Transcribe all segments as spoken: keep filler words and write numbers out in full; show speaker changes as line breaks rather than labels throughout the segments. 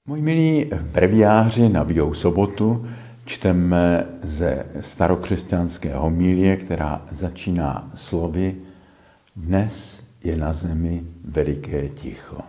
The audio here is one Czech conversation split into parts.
Moji milí, v breviáři na Bitou sobotu čteme ze starokřesťanské homilie, která začíná slovy: Dnes je na zemi veliké ticho.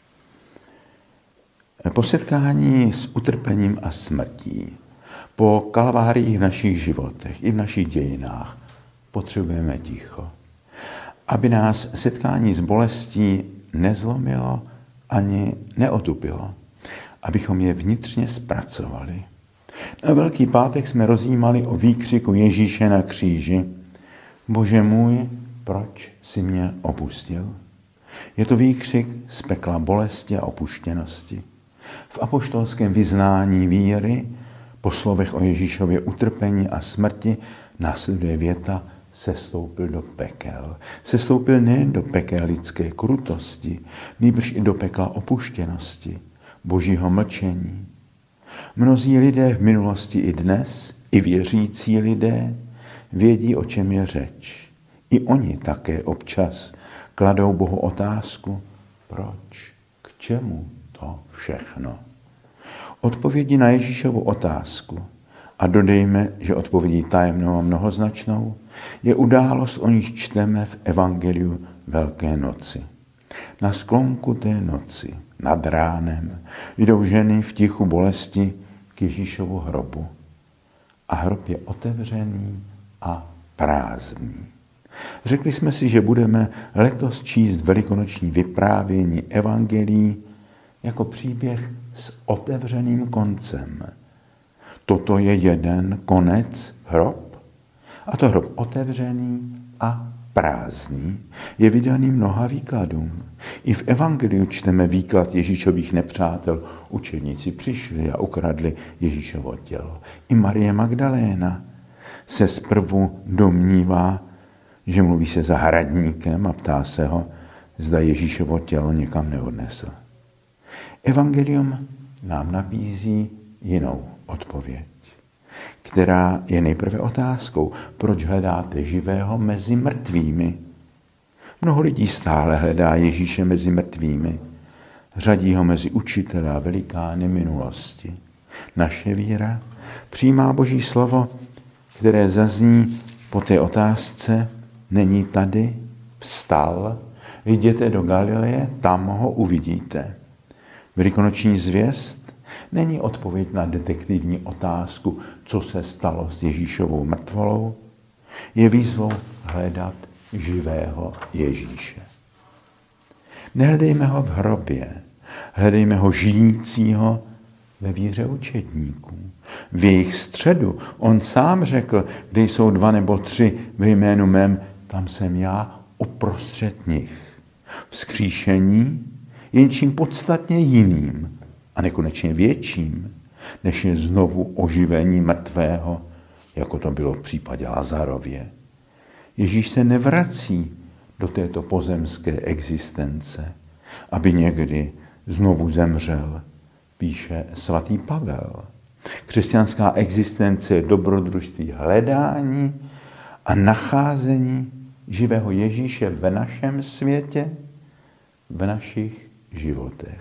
Po setkání s utrpením a smrtí, po kalváriích v našich životech i v našich dějinách potřebujeme ticho, aby nás setkání s bolestí nezlomilo ani neotupilo, abychom je vnitřně zpracovali. Na Velký pátek jsme rozjímali o výkřiku Ježíše na kříži: Bože můj, proč jsi mě opustil? Je to výkřik z pekla bolesti a opuštěnosti. V apoštolském vyznání víry po slovech o Ježíšově utrpení a smrti následuje věta: sestoupil do pekel. Sestoupil nejen do pekel lidské krutosti, nýbrž i do pekla opuštěnosti, Božího mlčení. Mnozí lidé v minulosti i dnes, i věřící lidé, vědí, o čem je řeč. I oni také občas kladou Bohu otázku: proč, k čemu to všechno? Odpovědi na Ježíšovu otázku, a dodejme, že odpovědí tajemnou a mnohoznačnou, je událost, o níž čteme v Evangeliu Velké noci. Na sklonku té noci, nad ránem, jdou ženy v tichu bolesti k Ježíšovu hrobu. A hrob je otevřený a prázdný. Řekli jsme si, že budeme letos číst velikonoční vyprávění evangelií jako příběh s otevřeným koncem. Toto je jeden konec, hrob, a to hrob otevřený a prázdný, je vydaný mnoha výkladům. I v evangeliu čteme výklad Ježíšových nepřátel. Učedníci přišli a ukradli Ježíšovo tělo. I Marie Magdaléna se zprvu domnívá, že mluví se zahradníkem a ptá se ho, zda Ježíšovo tělo někam neodnesl. Evangelium nám nabízí jinou odpověď, která je nejprve otázkou: proč hledáte živého mezi mrtvými? Mnoho lidí stále hledá Ježíše mezi mrtvými, řadí ho mezi učitele a velikány minulosti. Naše víra přijímá Boží slovo, které zazní po té otázce: není tady, vstal, jděte do Galileje, tam ho uvidíte. Velikonoční zvěst není odpověď na detektivní otázku, co se stalo s Ježíšovou mrtvolou, je výzvou hledat živého Ježíše. Nehledejme ho v hrobě, hledejme ho žijícího ve víře učedníků. V jejich středu on sám řekl: kde jsou dva nebo tři ve jménu mém, tam jsem já uprostřed nich. Vzkříšení je něčím podstatně jiným a nekonečně větším, než je znovu oživení mrtvého, jako to bylo v případě Lazarově. Ježíš se nevrací do této pozemské existence, aby někdy znovu zemřel, píše svatý Pavel. Křesťanská existence je dobrodružství hledání a nacházení živého Ježíše v našem světě, v našich životech.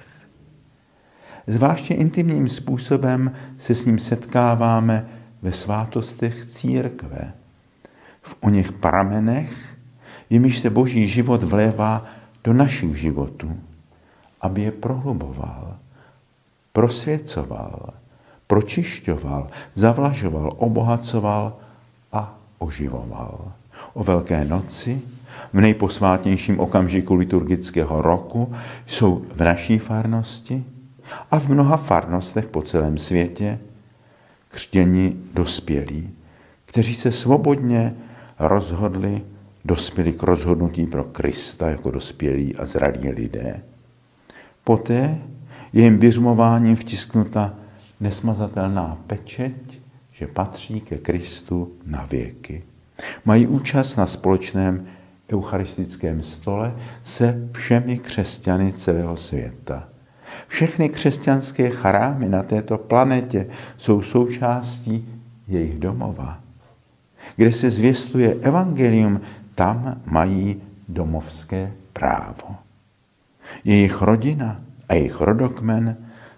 Zvláště intimním způsobem se s ním setkáváme ve svátostech církve, v oněch pramenech, jimiž se Boží život vlévá do našich životů, aby je prohluboval, prosvěcoval, pročišťoval, zavlažoval, obohacoval a oživoval. O Velké noci, v nejposvátnějším okamžiku liturgického roku, jsou v naší farnosti a v mnoha farnostech po celém světě křtěni dospělí, kteří se svobodně rozhodli, dospěli k rozhodnutí pro Krista jako dospělí a zralí lidé. Poté je jim běžmováním vtisknuta nesmazatelná pečeť, že patří ke Kristu na věky. Mají účast na společném eucharistickém stole se všemi křesťany celého světa. Všechny křesťanské chrámy na této planetě jsou součástí jejich domova. Kde se zvěstuje evangelium, tam mají domovské právo. Jejich rodina a jejich rodokmen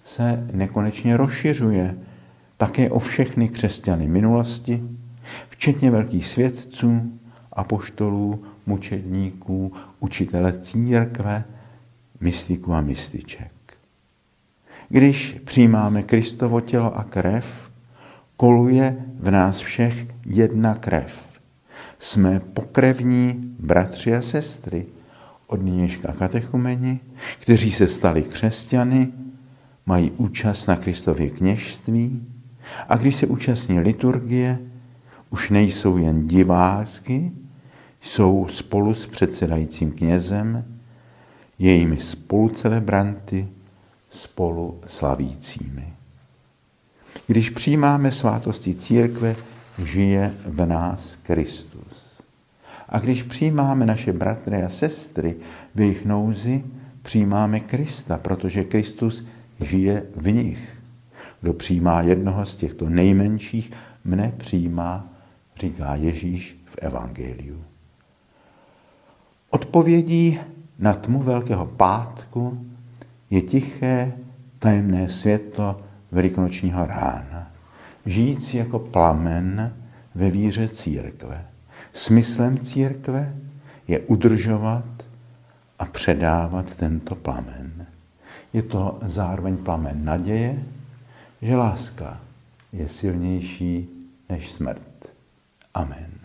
se nekonečně rozšiřuje také o všechny křesťany minulosti, včetně velkých svědců, apoštolů, mučedníků, učitele církve, mystiků a mystiček. Když přijímáme Kristovo tělo a krev, koluje v nás všech jedna krev. Jsme pokrevní bratři a sestry, od nynějška katechumeni, kteří se stali křesťany, mají účast na Kristově kněžství a když se účastní liturgie, už nejsou jen divácky, jsou spolu s předsedajícím knězem, jejími spolucelebranty, spolu slavícími. Když přijímáme svátosti církve, žije v nás Kristus. A když přijímáme naše bratry a sestry v jejich nouzi, přijímáme Krista, protože Kristus žije v nich. Kdo přijímá jednoho z těchto nejmenších, mne přijímá, říká Ježíš v evangeliu. Odpovědí na tmu Velkého pátku je tiché, tajemné světlo velikonočního rána, žijící jako plamen ve víře církve. Smyslem církve je udržovat a předávat tento plamen. Je to zároveň plamen naděje, že láska je silnější než smrt. Amen.